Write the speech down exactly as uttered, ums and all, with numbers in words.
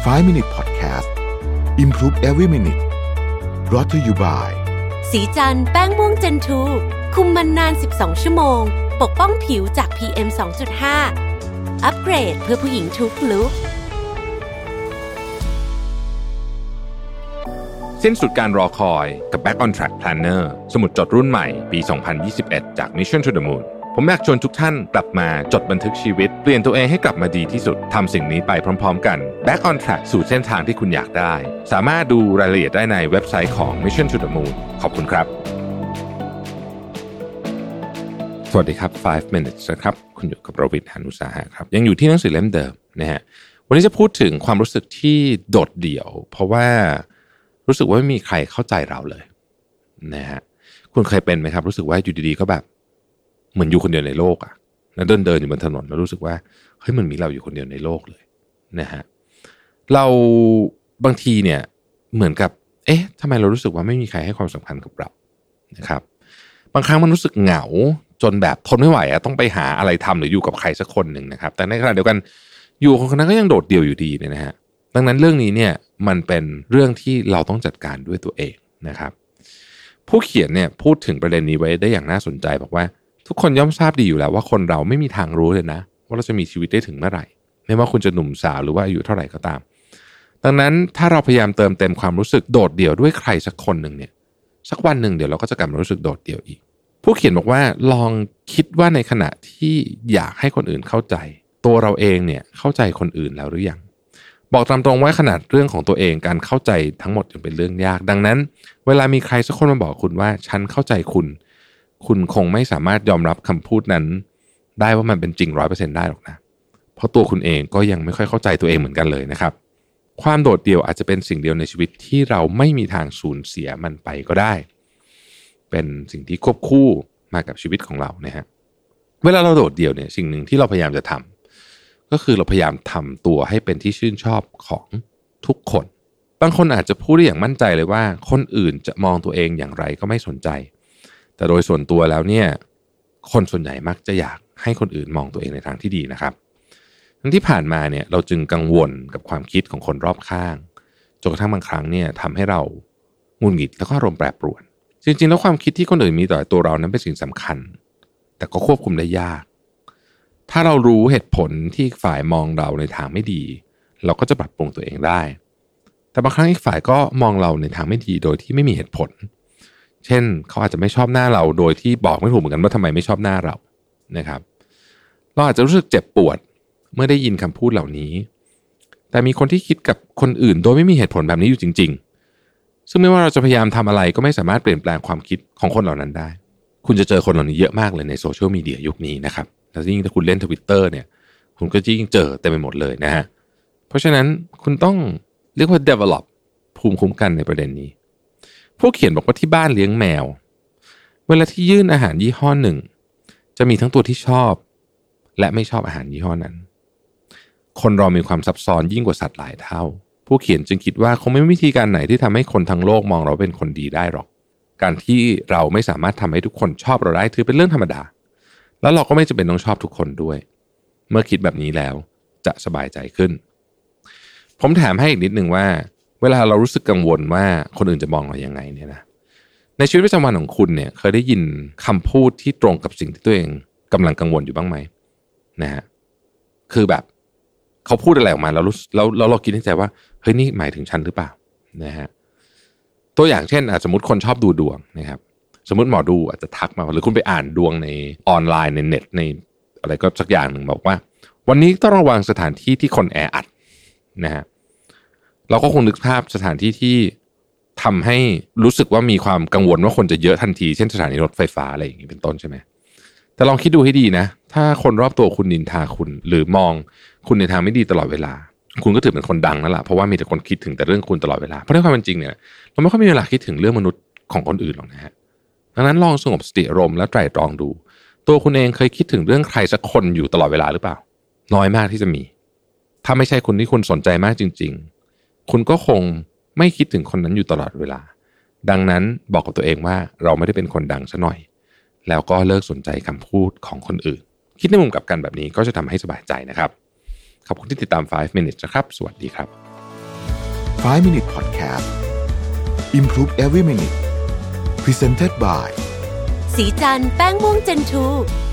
five minute podcast Improve every minute brought to you by สีจันแป้งม่วงเจนทูคุมมันนานสิบสองชั่วโมงปกป้องผิวจาก พี เอ็ม สองจุดห้า อัปเกรดเพื่อผู้หญิงทุกลุคสิ้นสุดการรอคอยกับ Back on Track Planner สมุดจดรุ่นใหม่ปี สองพันยี่สิบเอ็ด จาก Mission to the Moon ผมอยากชวนทุกท่านกลับมาจดบันทึกชีวิตเปลี่ยนตัวเองให้กลับมาดีที่สุดทำสิ่งนี้ไปพร้อมๆกัน Back on Track สู่เส้นทางที่คุณอยากได้สามารถดูรายละเอียดได้ในเว็บไซต์ของ Mission to the Moon ขอบคุณครับสวัสดีครับfive minutes นะครับคุณอยู่กับรวิทย์ หาญอุตสาหะครับยังอยู่ที่หนังสือเล่มเดิมนะฮะวันนี้จะพูดถึงความรู้สึกที่โดดเดี่ยวเพราะว่ารู้สึกว่าไม่มีใครเข้าใจเราเลยนะฮะคุณเคยเป็นไหมครับรู้สึกว่าอยู่ดีๆก็แบบเหมือนอยู่คนเดียวในโลกอ่ะแล้วเดินเดินอยู่บนถนนแล้วรู้สึกว่าเฮ้ยมันมีเราอยู่คนเดียวในโลกเลยนะฮะเราบางทีเนี่ยเหมือนกับเอ๊ะทำไมเรารู้สึกว่าไม่มีใครให้ความสำคัญกับเรานะครับบางครั้งมันรู้สึกเหงาจนแบบทนไม่ไหวอ่ะต้องไปหาอะไรทำหรืออยู่กับใครสักคนหนึ่งนะครับแต่ในขณะเดียวกันอยู่คนนั้นก็ยังโดดเดี่ยวอยู่ดีเนี่ยนะฮะดังนั้นเรื่องนี้เนี่ยมันเป็นเรื่องที่เราต้องจัดการด้วยตัวเองนะครับผู้เขียนเนี่ยพูดถึงประเด็นนี้ไว้ได้อย่างน่าสนใจบอกว่าทุกคนย่อมทราบดีอยู่แล้วว่าคนเราไม่มีทางรู้เลยนะว่าเราจะมีชีวิตได้ถึงเมื่อไหร่ไม่ว่าคุณจะหนุ่มสาวหรือว่าอายุเท่าไหร่ก็ตามดังนั้นถ้าเราพยายามเติมเต็มความรู้สึกโดดเดี่ยวด้วยใครสักคนหนึ่งเนี่ยสักวันหนึ่งเดี๋ยวเราก็จะกลับมารู้สึกโดดเดี่ยวอีกผู้เขียนบอกว่าลองคิดว่าในขณะที่อยากให้คนอื่นเข้าใจตัวเราเองเนี่ยเข้าใจคนอื่นแล้วหรือยังบอกตามตรงว่าขนาดเรื่องของตัวเองการเข้าใจทั้งหมดยังเป็นเรื่องยากดังนั้นเวลามีใครสักคนมาบอกคุณว่าฉันเข้าใจคุณคุณคงไม่สามารถยอมรับคำพูดนั้นได้ว่ามันเป็นจริง ร้อยเปอร์เซ็นต์ ได้หรอกนะเพราะตัวคุณเองก็ยังไม่ค่อยเข้าใจตัวเองเหมือนกันเลยนะครับความโดดเดี่ยวอาจจะเป็นสิ่งเดียวในชีวิตที่เราไม่มีทางสูญเสียมันไปก็ได้เป็นสิ่งที่ควบคู่มากับชีวิตของเรานะฮะเวลาเราโดดเดี่ยวเนี่ยสิ่งหนึ่งที่เราพยายามจะทำก็คือเราพยายามทำตัวให้เป็นที่ชื่นชอบของทุกคนบางคนอาจจะพูดได้อย่างมั่นใจเลยว่าคนอื่นจะมองตัวเองอย่างไรก็ไม่สนใจแต่โดยส่วนตัวแล้วเนี่ยคนส่วนใหญ่มักจะอยากให้คนอื่นมองตัวเองในทางที่ดีนะครับทั้งที่ผ่านมาเนี่ยเราจึงกังวลกับความคิดของคนรอบข้างจนกระทั่งบางครั้งเนี่ยทำให้เราหงุดหงิดแล้วก็อารมณ์แปรปรวนจริงๆแล้วความคิดที่คนอื่นมีต่อตัวเรานั้นเป็นสิ่งสำคัญแต่ก็ควบคุมได้ยากถ้าเรารู้เหตุผลที่ฝ่ายมองเราในทางไม่ดีเราก็จะปรับปรุงตัวเองได้แต่บางครั้งอีกฝ่ายก็มองเราในทางไม่ดีโดยที่ไม่มีเหตุผลเช่นเขาอาจจะไม่ชอบหน้าเราโดยที่บอกไม่ถูกเหมือนกันว่าทำไมไม่ชอบหน้าเรานะครับเราอาจจะรู้สึกเจ็บปวดเมื่อได้ยินคำพูดเหล่านี้แต่มีคนที่คิดกับคนอื่นโดยไม่มีเหตุผลแบบนี้อยู่จริงๆซึ่งไม่ว่าเราจะพยายามทำอะไรก็ไม่สามารถเปลี่ยนแปลงความคิดของคนเหล่านั้นได้คุณจะเจอคนเหล่านี้เยอะมากเลยในโซเชียลมีเดียยุคนี้นะครับแล้วยิ่งถ้าคุณเล่น Twitter เนี่ยคุณก็ยิ่งเจอเต็มไปหมดเลยนะฮะเพราะฉะนั้นคุณต้องเรียกว่า develop ภูมิคุ้มกันในประเด็นนี้พวกเขียนบอกว่าที่บ้านเลี้ยงแมวเวลาที่ยื่นอาหารยี่ห้อหนึ่งจะมีทั้งตัวที่ชอบและไม่ชอบอาหารยี่ห้อนั้นคนเรามีความซับซ้อนยิ่งกว่าสัตว์หลายเท่าผู้เขียนจึงคิดว่าคงไม่มีวิธีการไหนที่ทำให้คนทั้งโลกมองเราเป็นคนดีได้หรอกการที่เราไม่สามารถทำให้ทุกคนชอบเราได้ถือเป็นเรื่องธรรมดาแล้วเราก็ไม่จำเป็นต้องชอบทุกคนด้วยเมื่อคิดแบบนี้แล้วจะสบายใจขึ้นผมแถมให้อีกนิดนึงว่าเวลาเรารู้สึกกังวลว่าคนอื่นจะมองเรายังไงเนี่ยนะในชีวิตประจำวันของคุณเนี่ยเคยได้ยินคำพูดที่ตรงกับสิ่งที่ตัวเองกำลังกังวลอยู่บ้างไหมนะฮะคือแบบเขาพูดอะไรออกมาแล้วรู้แล้วแล้วเราคิดในใจว่าเฮ้ยนี่หมายถึงฉันหรือเปล่านะฮะตัวอย่างเช่นสมมติคนชอบดูดวงนะครับสมมติหมอดูอาจจะทักมาหรือคุณไปอ่านดวงในออนไลน์ในเน็ตในอะไรก็สักอย่างหนึ่งบอกว่าวันนี้ต้องระวังสถานที่ที่คนแออัดนะฮะเราก็คงนึกภาพสถานที่ที่ทำให้รู้สึกว่ามีความกังวลว่าคนจะเยอะทันทีเช่นสถานีรถไฟฟ้าอะไรอย่างนี้เป็นต้นใช่ไหมแต่ลองคิดดูให้ดีนะถ้าคนรอบตัวคุณนินทาคุณหรือมองคุณในทางไม่ดีตลอดเวลาคุณก็ถือเป็นคนดังนั่นแหละเพราะว่ามีแต่คนคิดถึงแต่เรื่องคุณตลอดเวลาเพราะในความเป็นจริงเนี่ยเราไม่ค่อยมีเวลาคิดถึงเรื่องมนุษย์ของคนอื่นหรอกนะฮะดังนั้นลองสงบสติอารมณ์และไตร่ตรองดูตัวคุณเองเคยคิดถึงเรื่องใครสักคนอยู่ตลอดเวลาหรือเปล่าน้อยมากที่จะมีถ้าไม่ใช่คนที่คุณสนใจมากจริงๆคุณก็คงไม่คิดถึงคนนั้นอยู่ตลอดเวลาดังนั้นบอกกับตัวเองว่าเราไม่ได้เป็นคนดังซะหน่อยแล้วก็เลิกสนใจคำพูดของคนอื่นคิดในมุมกลับกันแบบนี้ก็จะทำให้สบายใจนะครับขอบคุณที่ติดตามไฟว์ minutes นะครับสวัสดีครับ five minute podcast Improve every minute Presented by สีจันทร์แป้งม่วงเจนทู